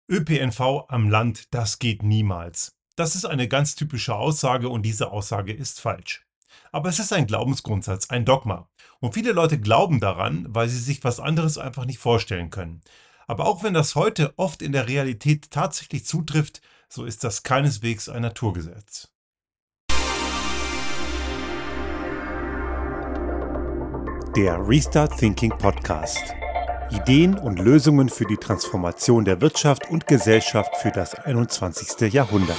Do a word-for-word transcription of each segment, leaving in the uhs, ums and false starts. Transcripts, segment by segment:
Ö P N V am Land, das geht niemals. Das ist eine ganz typische Aussage und diese Aussage ist falsch. Aber es ist ein Glaubensgrundsatz, ein Dogma. Und viele Leute glauben daran, weil sie sich was anderes einfach nicht vorstellen können. Aber auch wenn das heute oft in der Realität tatsächlich zutrifft, so ist das keineswegs ein Naturgesetz. Der Restart Thinking Podcast. Ideen und Lösungen für die Transformation der Wirtschaft und Gesellschaft für das einundzwanzigste. Jahrhundert.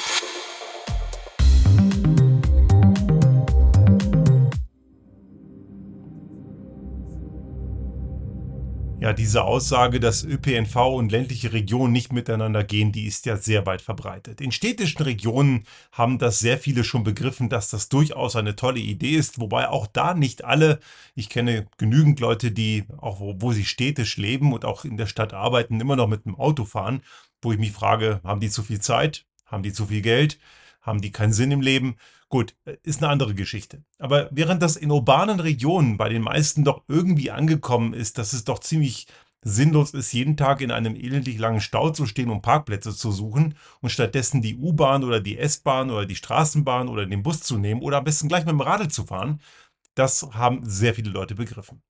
Ja, diese Aussage, dass Ö P N V und ländliche Regionen nicht miteinander gehen, die ist ja sehr weit verbreitet. In städtischen Regionen haben das sehr viele schon begriffen, dass das durchaus eine tolle Idee ist, wobei auch da nicht alle, ich kenne genügend Leute, die, auch wo, wo sie städtisch leben und auch in der Stadt arbeiten, immer noch mit dem Auto fahren, wo ich mich frage, haben die zu viel Zeit? Haben die zu viel Geld? Haben die keinen Sinn im Leben? Gut, äh, ist eine andere Geschichte. Aber während das in urbanen Regionen bei den meisten doch irgendwie angekommen ist, dass es doch ziemlich sinnlos ist, jeden Tag in einem elendlich langen Stau zu stehen, um Parkplätze zu suchen und stattdessen die U-Bahn oder die S-Bahn oder die Straßenbahn oder den Bus zu nehmen oder am besten gleich mit dem Radl zu fahren, das haben sehr viele Leute begriffen.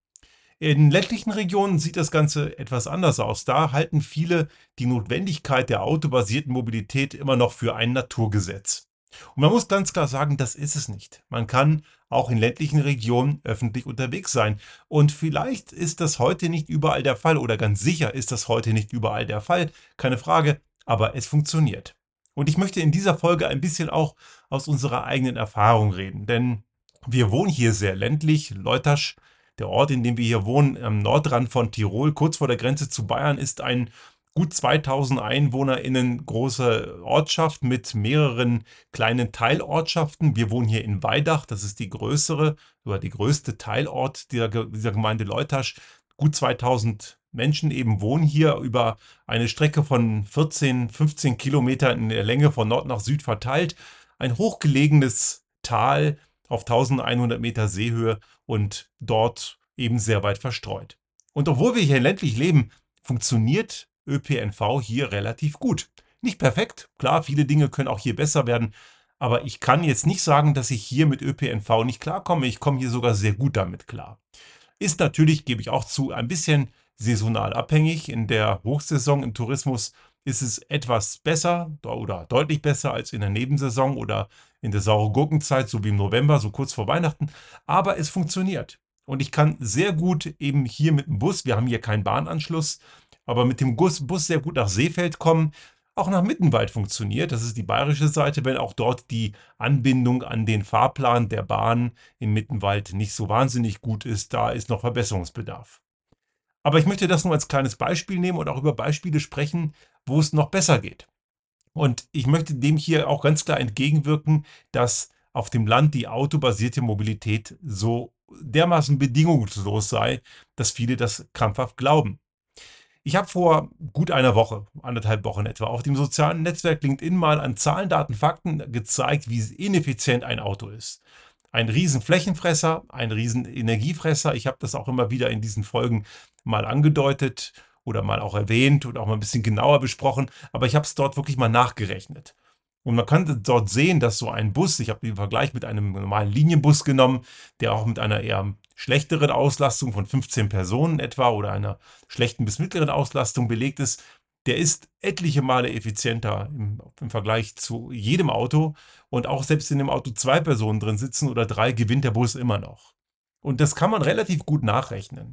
In ländlichen Regionen sieht das Ganze etwas anders aus. Da halten viele die Notwendigkeit der autobasierten Mobilität immer noch für ein Naturgesetz. Und man muss ganz klar sagen, das ist es nicht. Man kann auch in ländlichen Regionen öffentlich unterwegs sein. Und vielleicht ist das heute nicht überall der Fall oder ganz sicher ist das heute nicht überall der Fall, keine Frage, aber es funktioniert. Und ich möchte in dieser Folge ein bisschen auch aus unserer eigenen Erfahrung reden, denn wir wohnen hier sehr ländlich. Leutasch, der Ort, in dem wir hier wohnen, am Nordrand von Tirol, kurz vor der Grenze zu Bayern, ist ein gut zweitausend EinwohnerInnen große Ortschaft mit mehreren kleinen Teilortschaften. Wir wohnen hier in Weidach, das ist die größere oder die größte Teilort dieser, Ge- dieser Gemeinde Leutasch. Gut zweitausend Menschen eben wohnen hier über eine Strecke von vierzehn, fünfzehn Kilometern in der Länge von Nord nach Süd verteilt. Ein hochgelegenes Tal auf eintausendeinhundert Meter Seehöhe und dort eben sehr weit verstreut. Und obwohl wir hier ländlich leben, funktioniert Ö P N V hier relativ gut. Nicht perfekt, klar, viele Dinge können auch hier besser werden, aber ich kann jetzt nicht sagen, dass ich hier mit Ö P N V nicht klarkomme. Ich komme hier sogar sehr gut damit klar. Ist natürlich, gebe ich auch zu, ein bisschen saisonal abhängig. In der Hochsaison im Tourismus ist es etwas besser oder deutlich besser als in der Nebensaison oder in der saure Gurkenzeit, so wie im November, so kurz vor Weihnachten. Aber es funktioniert. Und ich kann sehr gut eben hier mit dem Bus, wir haben hier keinen Bahnanschluss, aber mit dem Bus, Bus sehr gut nach Seefeld kommen. Auch nach Mittenwald funktioniert. Das ist die bayerische Seite, wenn auch dort die Anbindung an den Fahrplan der Bahn im Mittenwald nicht so wahnsinnig gut ist. Da ist noch Verbesserungsbedarf. Aber ich möchte das nur als kleines Beispiel nehmen und auch über Beispiele sprechen, wo es noch besser geht. Und ich möchte dem hier auch ganz klar entgegenwirken, dass auf dem Land die autobasierte Mobilität so dermaßen bedingungslos sei, dass viele das krampfhaft glauben. Ich habe vor gut einer Woche, anderthalb Wochen etwa, auf dem sozialen Netzwerk LinkedIn mal an Zahlen, Daten, Fakten gezeigt, wie ineffizient ein Auto ist. Ein riesen Flächenfresser, ein riesen Energiefresser. Ich habe das auch immer wieder in diesen Folgen mal angedeutet oder mal auch erwähnt und auch mal ein bisschen genauer besprochen, aber ich habe es dort wirklich mal nachgerechnet. Und man kann dort sehen, dass so ein Bus, ich habe den Vergleich mit einem normalen Linienbus genommen, der auch mit einer eher schlechteren Auslastung von fünfzehn Personen etwa oder einer schlechten bis mittleren Auslastung belegt ist, der ist etliche Male effizienter im, im Vergleich zu jedem Auto. Und auch selbst in dem Auto zwei Personen drin sitzen oder drei, gewinnt der Bus immer noch. Und das kann man relativ gut nachrechnen.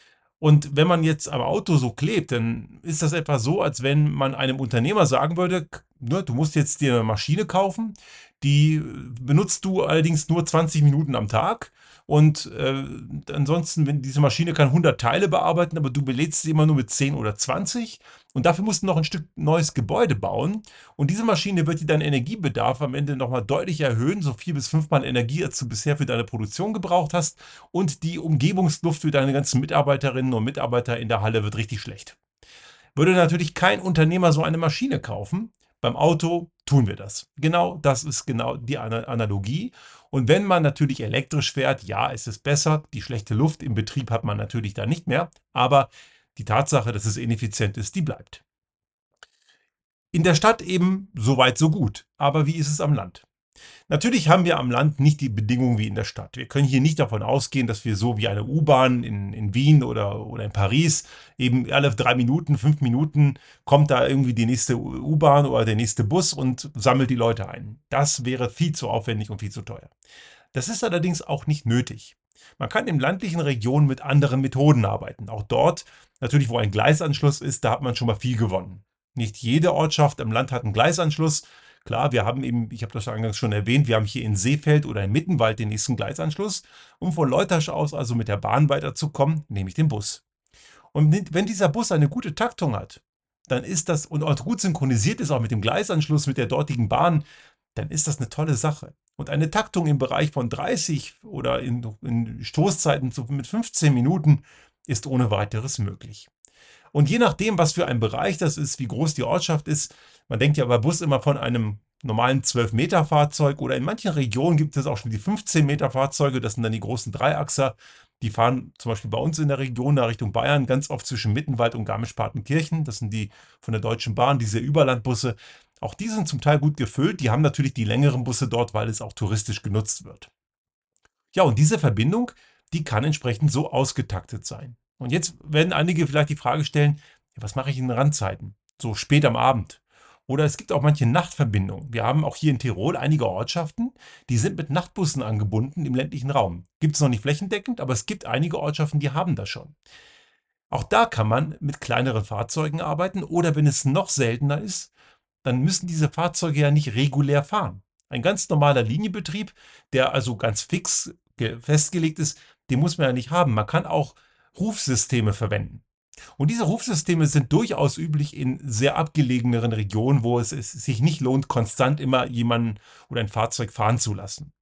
Und wenn man jetzt am Auto so klebt, dann ist das etwa so, als wenn man einem Unternehmer sagen würde, k- ne, du musst jetzt dir eine Maschine kaufen, die äh, benutzt du allerdings nur zwanzig Minuten am Tag. Und äh, ansonsten, wenn diese Maschine kann hundert Teile bearbeiten, aber du belädst sie immer nur mit zehn oder zwanzig. Und dafür musst du noch ein Stück neues Gebäude bauen. Und diese Maschine wird dir deinen Energiebedarf am Ende nochmal deutlich erhöhen, so vier bis fünfmal Energie, als du bisher für deine Produktion gebraucht hast. Und die Umgebungsluft für deine ganzen Mitarbeiterinnen und Mitarbeiter in der Halle wird richtig schlecht. Würde natürlich kein Unternehmer so eine Maschine kaufen. Beim Auto tun wir das. Genau das ist genau die Ana- Analogie. Und wenn man natürlich elektrisch fährt, ja, ist es besser. Die schlechte Luft im Betrieb hat man natürlich da nicht mehr. Aber die Tatsache, dass es ineffizient ist, die bleibt. In der Stadt eben so weit, so gut. Aber wie ist es am Land? Natürlich haben wir am Land nicht die Bedingungen wie in der Stadt. Wir können hier nicht davon ausgehen, dass wir so wie eine U-Bahn in, in Wien oder, oder in Paris eben alle drei Minuten, fünf Minuten kommt da irgendwie die nächste U-Bahn oder der nächste Bus und sammelt die Leute ein. Das wäre viel zu aufwendig und viel zu teuer. Das ist allerdings auch nicht nötig. Man kann in ländlichen Regionen mit anderen Methoden arbeiten. Auch dort, natürlich, wo ein Gleisanschluss ist, da hat man schon mal viel gewonnen. Nicht jede Ortschaft im Land hat einen Gleisanschluss. Klar, wir haben eben, ich habe das eingangs schon erwähnt, wir haben hier in Seefeld oder in Mittenwald den nächsten Gleisanschluss. Um von Leutasch aus also mit der Bahn weiterzukommen, nehme ich den Bus. Und wenn dieser Bus eine gute Taktung hat, dann ist das und auch gut synchronisiert ist auch mit dem Gleisanschluss mit der dortigen Bahn, dann ist das eine tolle Sache. Und eine Taktung im Bereich von dreißig oder in, in Stoßzeiten so mit fünfzehn Minuten ist ohne weiteres möglich. Und je nachdem, was für ein Bereich das ist, wie groß die Ortschaft ist, man denkt ja bei Bus immer von einem normalen zwölf Meter Fahrzeug oder in manchen Regionen gibt es auch schon die fünfzehn Meter Fahrzeuge, das sind dann die großen Dreiachser. Die fahren zum Beispiel bei uns in der Region, da Richtung Bayern, ganz oft zwischen Mittenwald und Garmisch-Partenkirchen. Das sind die von der Deutschen Bahn, diese Überlandbusse. Auch die sind zum Teil gut gefüllt. Die haben natürlich die längeren Busse dort, weil es auch touristisch genutzt wird. Ja, und diese Verbindung, die kann entsprechend so ausgetaktet sein. Und jetzt werden einige vielleicht die Frage stellen, ja, was mache ich in Randzeiten? So spät am Abend. Oder es gibt auch manche Nachtverbindungen. Wir haben auch hier in Tirol einige Ortschaften, die sind mit Nachtbussen angebunden im ländlichen Raum. Gibt es noch nicht flächendeckend, aber es gibt einige Ortschaften, die haben das schon. Auch da kann man mit kleineren Fahrzeugen arbeiten oder wenn es noch seltener ist, dann müssen diese Fahrzeuge ja nicht regulär fahren. Ein ganz normaler Linienbetrieb, der also ganz fix ge- festgelegt ist, den muss man ja nicht haben. Man kann auch Rufsysteme verwenden. Und diese Rufsysteme sind durchaus üblich in sehr abgelegeneren Regionen, wo es, es sich nicht lohnt, konstant immer jemanden oder ein Fahrzeug fahren zu lassen.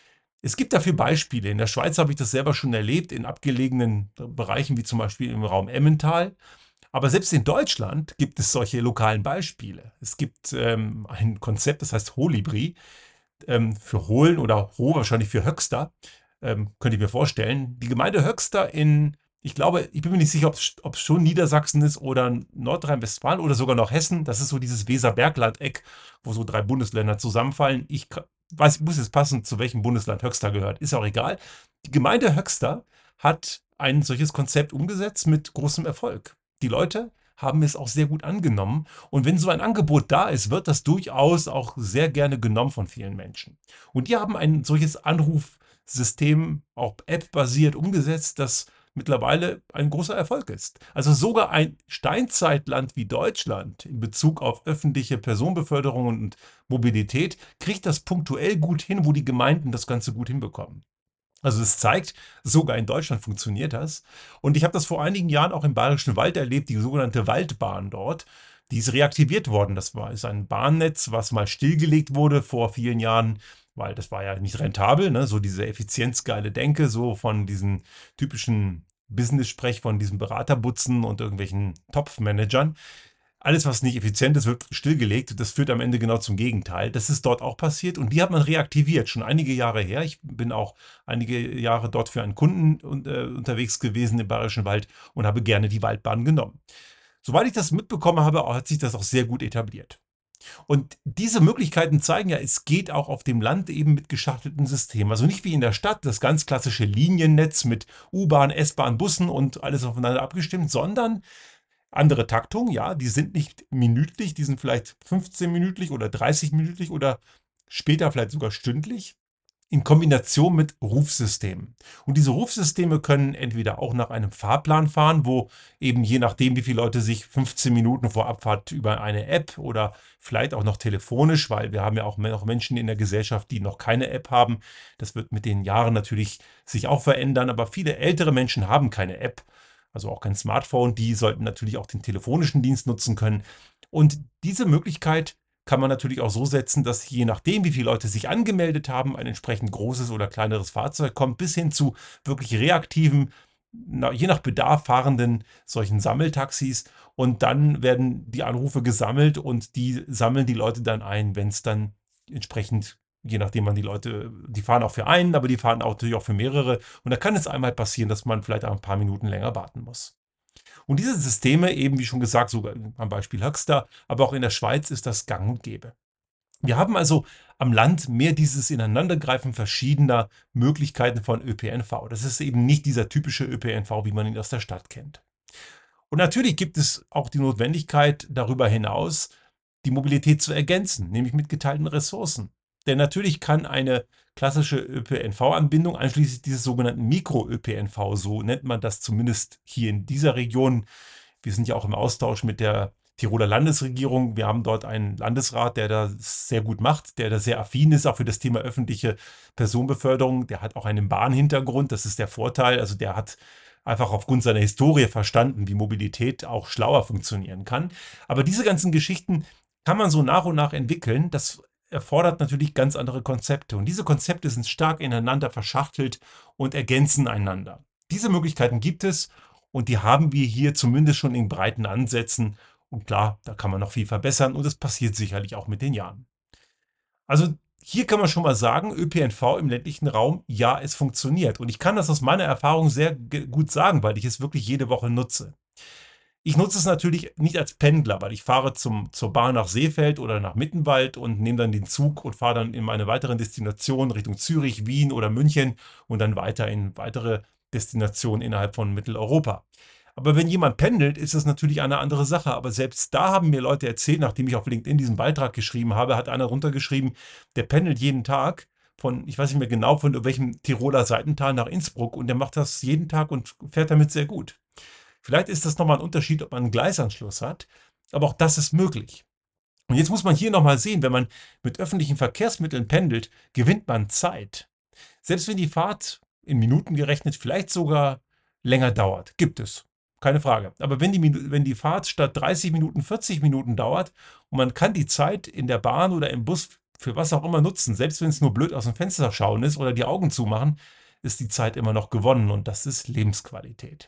Es gibt dafür Beispiele. In der Schweiz habe ich das selber schon erlebt, in abgelegenen Bereichen wie zum Beispiel im Raum Emmental. Aber selbst in Deutschland gibt es solche lokalen Beispiele. Es gibt ähm, ein Konzept, das heißt Holibri, ähm, für Holen oder Ho wahrscheinlich für Höxter, ähm, könnte ich mir vorstellen. Die Gemeinde Höxter in, ich glaube, ich bin mir nicht sicher, ob es schon Niedersachsen ist oder Nordrhein-Westfalen oder sogar noch Hessen. Das ist so dieses Weser-Bergland-Eck, wo so drei Bundesländer zusammenfallen. Ich ka- weiß, muss jetzt passen, zu welchem Bundesland Höxter gehört. Ist auch egal. Die Gemeinde Höxter hat ein solches Konzept umgesetzt mit großem Erfolg. Die Leute haben es auch sehr gut angenommen. Und wenn so ein Angebot da ist, wird das durchaus auch sehr gerne genommen von vielen Menschen. Und die haben ein solches Anrufsystem, auch App-basiert umgesetzt, das mittlerweile ein großer Erfolg ist. Also sogar ein Steinzeitland wie Deutschland in Bezug auf öffentliche Personenbeförderung und Mobilität kriegt das punktuell gut hin, wo die Gemeinden das Ganze gut hinbekommen. Also es zeigt, sogar in Deutschland funktioniert das. Und ich habe das vor einigen Jahren auch im Bayerischen Wald erlebt, die sogenannte Waldbahn dort. Die ist reaktiviert worden. Das war, ist ein Bahnnetz, was mal stillgelegt wurde vor vielen Jahren, weil das war ja nicht rentabel, ne? So diese effizienzgeile Denke, so von diesen typischen Business-Sprech von diesen Beraterbutzen und irgendwelchen Topfmanagern. Alles, was nicht effizient ist, wird stillgelegt. Das führt am Ende genau zum Gegenteil. Das ist dort auch passiert und die hat man reaktiviert, schon einige Jahre her. Ich bin auch einige Jahre dort für einen Kunden un- äh, unterwegs gewesen im Bayerischen Wald und habe gerne die Waldbahn genommen. Soweit ich das mitbekommen habe, hat sich das auch sehr gut etabliert. Und diese Möglichkeiten zeigen ja, es geht auch auf dem Land eben mit geschachtelten Systemen. Also nicht wie in der Stadt, das ganz klassische Liniennetz mit U-Bahn, S-Bahn, Bussen und alles aufeinander abgestimmt, sondern andere Taktungen, ja, die sind nicht minütlich, die sind vielleicht fünfzehn minütlich oder dreißig minütlich oder später vielleicht sogar stündlich in Kombination mit Rufsystemen. Und diese Rufsysteme können entweder auch nach einem Fahrplan fahren, wo eben je nachdem, wie viele Leute sich fünfzehn Minuten vor Abfahrt über eine App oder vielleicht auch noch telefonisch, weil wir haben ja auch noch Menschen in der Gesellschaft, die noch keine App haben. Das wird mit den Jahren natürlich sich auch verändern, aber viele ältere Menschen haben keine App, also auch kein Smartphone. Die sollten natürlich auch den telefonischen Dienst nutzen können. Und diese Möglichkeit kann man natürlich auch so setzen, dass je nachdem, wie viele Leute sich angemeldet haben, ein entsprechend großes oder kleineres Fahrzeug kommt, bis hin zu wirklich reaktiven, na, je nach Bedarf fahrenden solchen Sammeltaxis. Und dann werden die Anrufe gesammelt und die sammeln die Leute dann ein, wenn es dann entsprechend, je nachdem man die Leute, die fahren auch für einen, aber die fahren auch natürlich auch für mehrere. Und da kann es einmal passieren, dass man vielleicht auch ein paar Minuten länger warten muss. Und diese Systeme eben, wie schon gesagt, sogar am Beispiel Höxter, aber auch in der Schweiz ist das gang und gäbe. Wir haben also am Land mehr dieses Ineinandergreifen verschiedener Möglichkeiten von ÖPNV. Das ist eben nicht dieser typische ÖPNV, wie man ihn aus der Stadt kennt. Und natürlich gibt es auch die Notwendigkeit, darüber hinaus die Mobilität zu ergänzen, nämlich mit geteilten Ressourcen. Denn natürlich kann eine klassische ÖPNV-Anbindung einschließlich dieses sogenannten Mikro-ÖPNV, so nennt man das zumindest hier in dieser Region. Wir sind ja auch im Austausch mit der Tiroler Landesregierung. Wir haben dort einen Landesrat, der das sehr gut macht, der da sehr affin ist, auch für das Thema öffentliche Personenbeförderung. Der hat auch einen Bahnhintergrund, das ist der Vorteil. Also der hat einfach aufgrund seiner Historie verstanden, wie Mobilität auch schlauer funktionieren kann. Aber diese ganzen Geschichten kann man so nach und nach entwickeln. Das erfordert natürlich ganz andere Konzepte. Und diese Konzepte sind stark ineinander verschachtelt und ergänzen einander. Diese Möglichkeiten gibt es und die haben wir hier zumindest schon in breiten Ansätzen. Und klar, da kann man noch viel verbessern und das passiert sicherlich auch mit den Jahren. Also hier kann man schon mal sagen, ÖPNV im ländlichen Raum, ja, es funktioniert. Und ich kann das aus meiner Erfahrung sehr ge- gut sagen, weil ich es wirklich jede Woche nutze. Ich nutze es natürlich nicht als Pendler, weil ich fahre zum, zur Bahn nach Seefeld oder nach Mittenwald und nehme dann den Zug und fahre dann in meine weiteren Destinationen Richtung Zürich, Wien oder München und dann weiter in weitere Destinationen innerhalb von Mitteleuropa. Aber wenn jemand pendelt, ist das natürlich eine andere Sache. Aber selbst da haben mir Leute erzählt, nachdem ich auf LinkedIn diesen Beitrag geschrieben habe, hat einer runtergeschrieben, der pendelt jeden Tag von, ich weiß nicht mehr genau, von welchem Tiroler Seitental nach Innsbruck und der macht das jeden Tag und fährt damit sehr gut. Vielleicht ist das nochmal ein Unterschied, ob man einen Gleisanschluss hat, aber auch das ist möglich. Und jetzt muss man hier nochmal sehen, wenn man mit öffentlichen Verkehrsmitteln pendelt, gewinnt man Zeit. Selbst wenn die Fahrt in Minuten gerechnet vielleicht sogar länger dauert, gibt es. Keine Frage. Aber wenn die, Minu- wenn die Fahrt statt dreißig Minuten vierzig Minuten dauert und man kann die Zeit in der Bahn oder im Bus für was auch immer nutzen, selbst wenn es nur blöd aus dem Fenster schauen ist oder die Augen zumachen, ist die Zeit immer noch gewonnen und das ist Lebensqualität.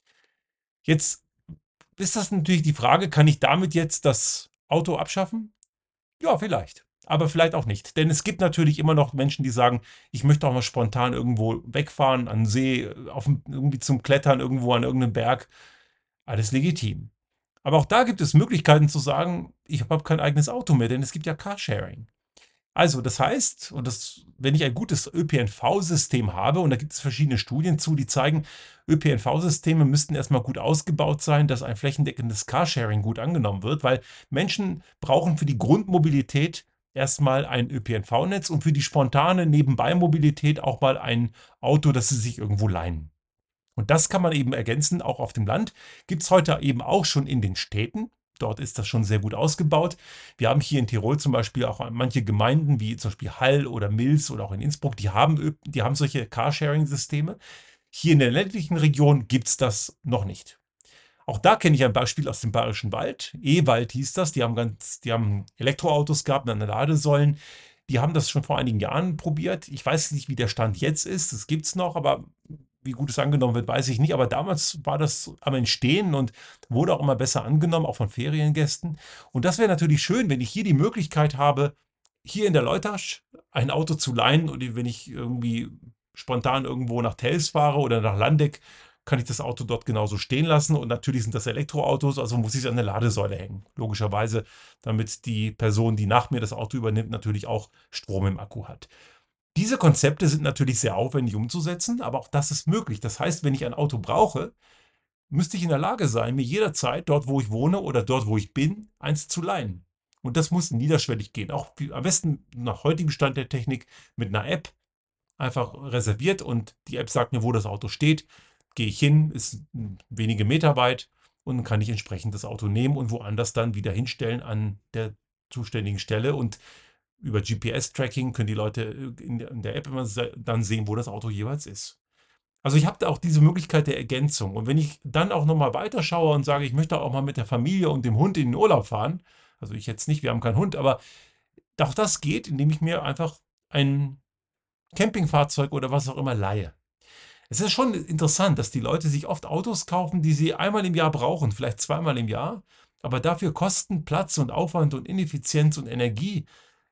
Jetzt ist das natürlich die Frage, kann ich damit jetzt das Auto abschaffen? Ja, vielleicht. Aber vielleicht auch nicht. Denn es gibt natürlich immer noch Menschen, die sagen, ich möchte auch mal spontan irgendwo wegfahren, an den See, auf, dem- irgendwie zum Klettern, irgendwo an irgendeinem Berg. Alles legitim. Aber auch da gibt es Möglichkeiten zu sagen, ich habe kein eigenes Auto mehr, denn es gibt ja Carsharing. Also, das heißt, und das, wenn ich ein gutes ÖPNV-System habe, und da gibt es verschiedene Studien zu, die zeigen, ÖPNV-Systeme müssten erstmal gut ausgebaut sein, dass ein flächendeckendes Carsharing gut angenommen wird, weil Menschen brauchen für die Grundmobilität erstmal ein ÖPNV-Netz und für die spontane Nebenbei-Mobilität auch mal ein Auto, das sie sich irgendwo leihen. Und das kann man eben ergänzen, auch auf dem Land. Gibt es heute eben auch schon in den Städten. Dort ist das schon sehr gut ausgebaut. Wir haben hier in Tirol zum Beispiel auch manche Gemeinden, wie zum Beispiel Hall oder Mils oder auch in Innsbruck, die haben, Ö- die haben solche Carsharing-Systeme. Hier in der ländlichen Region gibt es das noch nicht. Auch da kenne ich ein Beispiel aus dem Bayerischen Wald. E-Wald hieß das. Die haben ganz, die haben Elektroautos gehabt an den Ladesäulen. Die haben das schon vor einigen Jahren probiert. Ich weiß nicht, wie der Stand jetzt ist. Das gibt es noch, aber wie gut es angenommen wird, weiß ich nicht. Aber damals war das am Entstehen und wurde auch immer besser angenommen, auch von Feriengästen. Und das wäre natürlich schön, wenn ich hier die Möglichkeit habe, hier in der Leutasch ein Auto zu leihen und wenn ich irgendwie spontan irgendwo nach Tels fahre oder nach Landeck, kann ich das Auto dort genauso stehen lassen. Und natürlich sind das Elektroautos, also muss ich es an der Ladesäule hängen. Logischerweise, damit die Person, die nach mir das Auto übernimmt, natürlich auch Strom im Akku hat. Diese Konzepte sind natürlich sehr aufwendig umzusetzen, aber auch das ist möglich. Das heißt, wenn ich ein Auto brauche, müsste ich in der Lage sein, mir jederzeit dort, wo ich wohne oder dort, wo ich bin, eins zu leihen. Und das muss niederschwellig gehen. Auch am besten nach heutigem Stand der Technik mit einer App einfach reserviert und die App sagt mir, wo das Auto steht. Gehe ich hin, ist wenige Meter weit und dann kann ich entsprechend das Auto nehmen und woanders dann wieder hinstellen an der zuständigen Stelle. Und über G P S-Tracking können die Leute in der, in der App immer se- dann sehen, wo das Auto jeweils ist. Also ich habe da auch diese Möglichkeit der Ergänzung. Und wenn ich dann auch nochmal weiterschaue und sage, ich möchte auch mal mit der Familie und dem Hund in den Urlaub fahren, also ich jetzt nicht, wir haben keinen Hund, aber auch das geht, indem ich mir einfach ein Campingfahrzeug oder was auch immer leihe. Es ist schon interessant, dass die Leute sich oft Autos kaufen, die sie einmal im Jahr brauchen, vielleicht zweimal im Jahr, aber dafür Kosten, Platz und Aufwand und Ineffizienz und Energie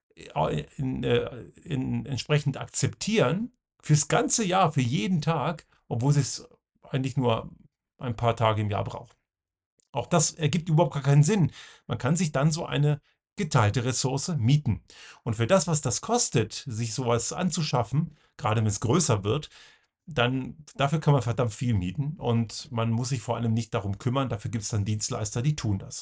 äh, in, äh, in, entsprechend akzeptieren fürs ganze Jahr, für jeden Tag, obwohl sie es eigentlich nur ein paar Tage im Jahr brauchen. Auch das ergibt überhaupt gar keinen Sinn. Man kann sich dann so eine geteilte Ressource mieten. Und für das, was das kostet, sich sowas anzuschaffen, gerade wenn es größer wird, dann dafür kann man verdammt viel mieten und man muss sich vor allem nicht darum kümmern. Dafür gibt es dann Dienstleister, die tun das.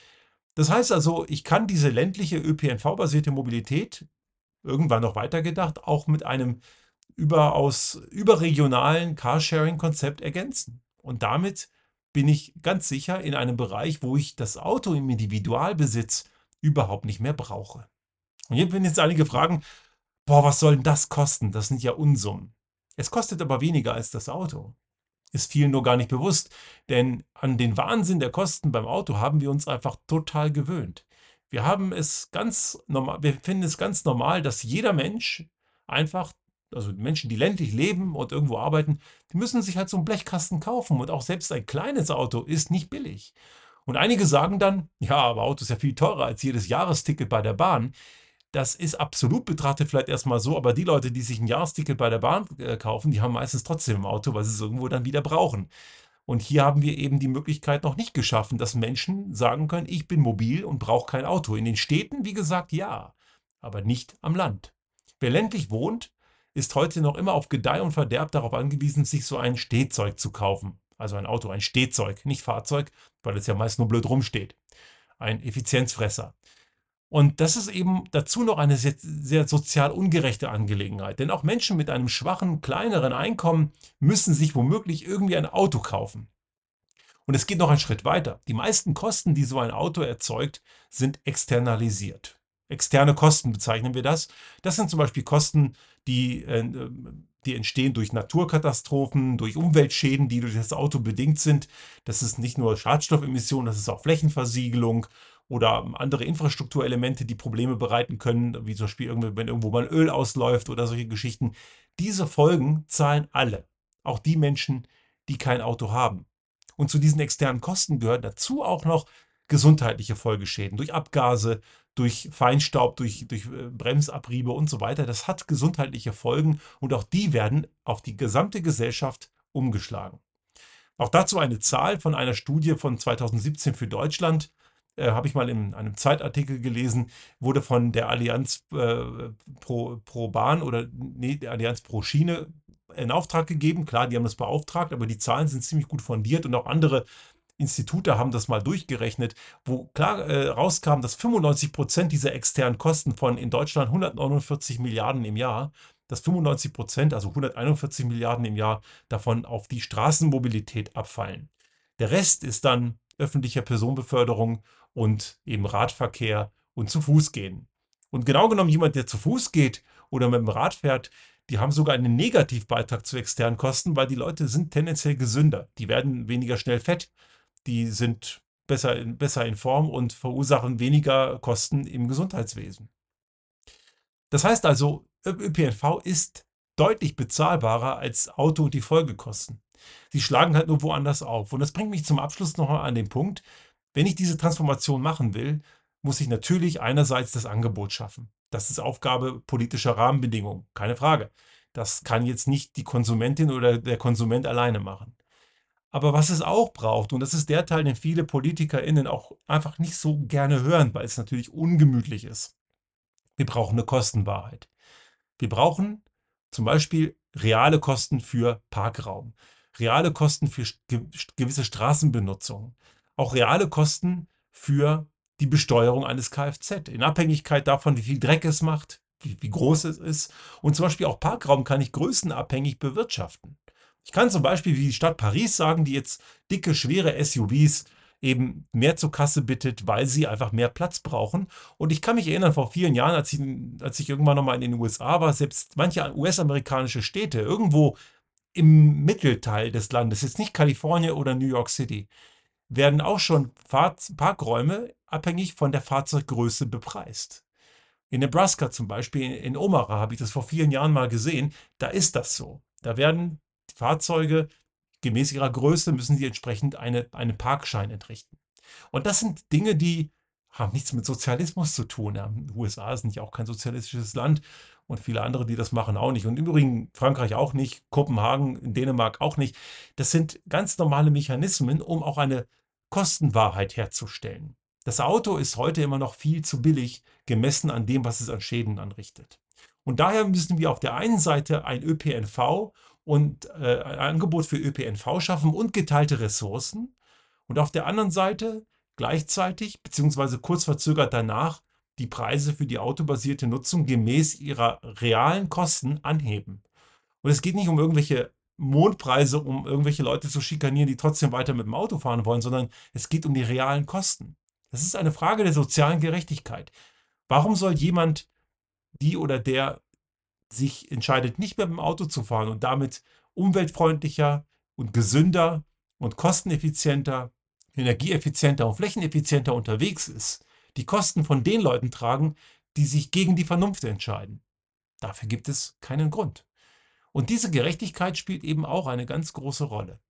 Das heißt also, ich kann diese ländliche Ö P N V-basierte Mobilität irgendwann noch weitergedacht auch mit einem überaus überregionalen Carsharing-Konzept ergänzen. Und damit bin ich ganz sicher in einem Bereich, wo ich das Auto im Individualbesitz überhaupt nicht mehr brauche. Und jetzt, wenn jetzt einige fragen, boah, was soll denn das kosten? Das sind ja Unsummen. Es kostet aber weniger als das Auto. Ist vielen nur gar nicht bewusst, denn an den Wahnsinn der Kosten beim Auto haben wir uns einfach total gewöhnt. Wir haben es ganz normal, wir finden es ganz normal, dass jeder Mensch einfach, also Menschen, die ländlich leben und irgendwo arbeiten, die müssen sich halt so einen Blechkasten kaufen und auch selbst ein kleines Auto ist nicht billig. Und einige sagen dann, ja, aber Auto ist ja viel teurer als jedes Jahresticket bei der Bahn. Das ist absolut betrachtet vielleicht erstmal so, aber die Leute, die sich ein Jahresticket bei der Bahn äh, kaufen, die haben meistens trotzdem ein Auto, weil sie es irgendwo dann wieder brauchen. Und hier haben wir eben die Möglichkeit noch nicht geschaffen, dass Menschen sagen können, ich bin mobil und brauche kein Auto. In den Städten, wie gesagt, ja, aber nicht am Land. Wer ländlich wohnt, ist heute noch immer auf Gedeih und Verderb darauf angewiesen, sich so ein Stehzeug zu kaufen. Also ein Auto, ein Stehzeug, nicht Fahrzeug, weil es ja meist nur blöd rumsteht. Ein Effizienzfresser. Und das ist eben dazu noch eine sehr, sehr sozial ungerechte Angelegenheit. Denn auch Menschen mit einem schwachen, kleineren Einkommen müssen sich womöglich irgendwie ein Auto kaufen. Und es geht noch einen Schritt weiter. Die meisten Kosten, die so ein Auto erzeugt, sind externalisiert. Externe Kosten bezeichnen wir das. Das sind zum Beispiel Kosten, die, äh, die entstehen durch Naturkatastrophen, durch Umweltschäden, die durch das Auto bedingt sind. Das ist nicht nur Schadstoffemissionen, das ist auch Flächenversiegelung oder andere Infrastrukturelemente, die Probleme bereiten können, wie zum Beispiel wenn irgendwo mal Öl ausläuft oder solche Geschichten. Diese Folgen zahlen alle, auch die Menschen, die kein Auto haben. Und zu diesen externen Kosten gehören dazu auch noch gesundheitliche Folgeschäden durch Abgase, durch Feinstaub, durch, durch äh, Bremsabriebe und so weiter. Das hat gesundheitliche Folgen und auch die werden auf die gesamte Gesellschaft umgeschlagen. Auch dazu eine Zahl von einer Studie von zweitausendsiebzehn für Deutschland, äh, habe ich mal in einem Zeitartikel gelesen, wurde von der Allianz äh, pro, pro Bahn oder nee, der Allianz pro Schiene in Auftrag gegeben. Klar, die haben das beauftragt, aber die Zahlen sind ziemlich gut fundiert und auch andere Institute haben das mal durchgerechnet, wo klar äh, rauskam, dass fünfundneunzig Prozent dieser externen Kosten von in Deutschland hundertneunundvierzig Milliarden im Jahr, dass fünfundneunzig Prozent, also hunderteinundvierzig Milliarden im Jahr, davon auf die Straßenmobilität abfallen. Der Rest ist dann öffentliche Personenbeförderung und eben Radverkehr und zu Fuß gehen. Und genau genommen jemand, der zu Fuß geht oder mit dem Rad fährt, die haben sogar einen Negativbeitrag zu externen Kosten, weil die Leute sind tendenziell gesünder. Die werden weniger schnell fett, die sind besser in, besser in Form und verursachen weniger Kosten im Gesundheitswesen. Das heißt also, Ö P N V ist deutlich bezahlbarer als Auto und die Folgekosten. Sie schlagen halt nur woanders auf. Und das bringt mich zum Abschluss nochmal an den Punkt, wenn ich diese Transformation machen will, muss ich natürlich einerseits das Angebot schaffen. Das ist Aufgabe politischer Rahmenbedingungen, keine Frage. Das kann jetzt nicht die Konsumentin oder der Konsument alleine machen. Aber was es auch braucht, und das ist der Teil, den viele PolitikerInnen auch einfach nicht so gerne hören, weil es natürlich ungemütlich ist. Wir brauchen eine Kostenwahrheit. Wir brauchen zum Beispiel reale Kosten für Parkraum, reale Kosten für ge gewisse Straßenbenutzung, auch reale Kosten für die Besteuerung eines Kfz, in Abhängigkeit davon, wie viel Dreck es macht, wie, wie groß es ist. Und zum Beispiel auch Parkraum kann ich größenabhängig bewirtschaften. Ich kann zum Beispiel wie die Stadt Paris sagen, die jetzt dicke, schwere S U Vs eben mehr zur Kasse bittet, weil sie einfach mehr Platz brauchen. Und ich kann mich erinnern, vor vielen Jahren, als ich, als ich irgendwann nochmal in den U S A war, selbst manche U S-amerikanische Städte, irgendwo im Mittelteil des Landes, jetzt nicht Kalifornien oder New York City, werden auch schon Fahr- Parkräume abhängig von der Fahrzeuggröße bepreist. In Nebraska zum Beispiel, in Omaha, habe ich das vor vielen Jahren mal gesehen, da ist das so. Da werden Fahrzeuge gemäß ihrer Größe müssen sie entsprechend eine, einen Parkschein entrichten. Und das sind Dinge, die haben nichts mit Sozialismus zu tun. Ja, die U S A ist nicht auch kein sozialistisches Land und viele andere, die das machen, auch nicht. Und im Übrigen Frankreich auch nicht, Kopenhagen, in Dänemark auch nicht. Das sind ganz normale Mechanismen, um auch eine Kostenwahrheit herzustellen. Das Auto ist heute immer noch viel zu billig, gemessen an dem, was es an Schäden anrichtet. Und daher müssen wir auf der einen Seite ein ÖPNV und äh, ein Angebot für ÖPNV schaffen und geteilte Ressourcen und auf der anderen Seite gleichzeitig bzw. kurz verzögert danach die Preise für die autobasierte Nutzung gemäß ihrer realen Kosten anheben. Und es geht nicht um irgendwelche Mondpreise, um irgendwelche Leute zu schikanieren, die trotzdem weiter mit dem Auto fahren wollen, sondern es geht um die realen Kosten. Das ist eine Frage der sozialen Gerechtigkeit. Warum soll jemand, die oder der sich entscheidet, nicht mehr mit dem Auto zu fahren und damit umweltfreundlicher und gesünder und kosteneffizienter, energieeffizienter und flächeneffizienter unterwegs ist, die Kosten von den Leuten tragen, die sich gegen die Vernunft entscheiden? Dafür gibt es keinen Grund. Und diese Gerechtigkeit spielt eben auch eine ganz große Rolle.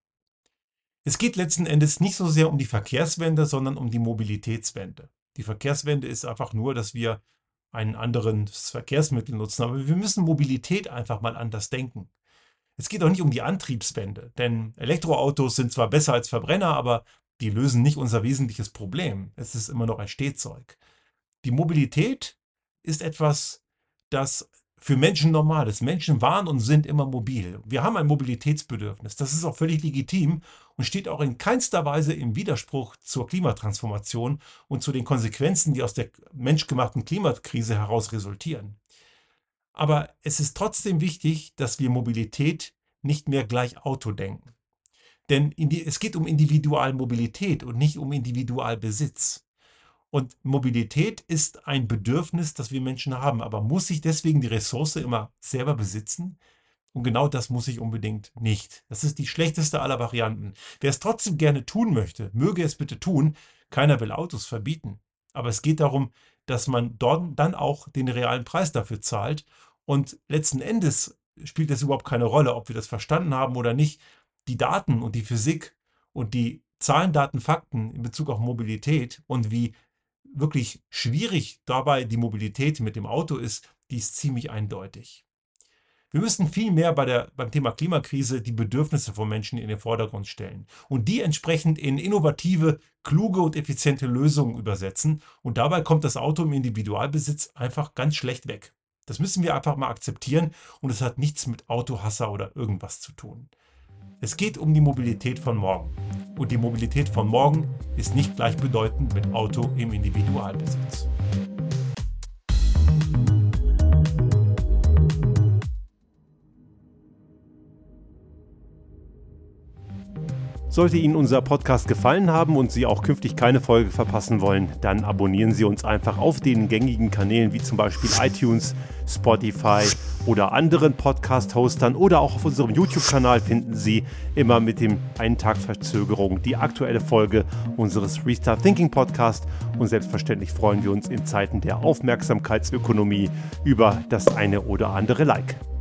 Es geht letzten Endes nicht so sehr um die Verkehrswende, sondern um die Mobilitätswende. Die Verkehrswende ist einfach nur, dass wir ein anderes Verkehrsmittel nutzen, aber wir müssen Mobilität einfach mal anders denken. Es geht auch nicht um die Antriebswende, denn Elektroautos sind zwar besser als Verbrenner, aber die lösen nicht unser wesentliches Problem. Es ist immer noch ein Stehzeug. Die Mobilität ist etwas, das für Menschen normal ist. Menschen waren und sind immer mobil. Wir haben ein Mobilitätsbedürfnis. Das ist auch völlig legitim und steht auch in keinster Weise im Widerspruch zur Klimatransformation und zu den Konsequenzen, die aus der menschgemachten Klimakrise heraus resultieren. Aber es ist trotzdem wichtig, dass wir Mobilität nicht mehr gleich Auto denken. Denn es geht um Individualmobilität und nicht um Individualbesitz. Und Mobilität ist ein Bedürfnis, das wir Menschen haben. Aber muss ich deswegen die Ressource immer selber besitzen? Und genau das muss ich unbedingt nicht. Das ist die schlechteste aller Varianten. Wer es trotzdem gerne tun möchte, möge es bitte tun. Keiner will Autos verbieten. Aber es geht darum, dass man dort dann auch den realen Preis dafür zahlt. Und letzten Endes spielt es überhaupt keine Rolle, ob wir das verstanden haben oder nicht. Die Daten und die Physik und die Zahlen, Daten, Fakten in Bezug auf Mobilität und wie wirklich schwierig dabei die Mobilität mit dem Auto ist, die ist ziemlich eindeutig. Wir müssen viel mehr bei der, beim Thema Klimakrise die Bedürfnisse von Menschen in den Vordergrund stellen und die entsprechend in innovative, kluge und effiziente Lösungen übersetzen. Und dabei kommt das Auto im Individualbesitz einfach ganz schlecht weg. Das müssen wir einfach mal akzeptieren und es hat nichts mit Autohasser oder irgendwas zu tun. Es geht um die Mobilität von morgen. Und die Mobilität von morgen ist nicht gleichbedeutend mit Auto im Individualbesitz. Sollte Ihnen unser Podcast gefallen haben und Sie auch künftig keine Folge verpassen wollen, dann abonnieren Sie uns einfach auf den gängigen Kanälen wie zum Beispiel iTunes, Spotify oder anderen Podcast-Hostern oder auch auf unserem YouTube-Kanal finden Sie immer mit dem einen Tag Verzögerung die aktuelle Folge unseres Restart Thinking Podcast und selbstverständlich freuen wir uns in Zeiten der Aufmerksamkeitsökonomie über das eine oder andere Like.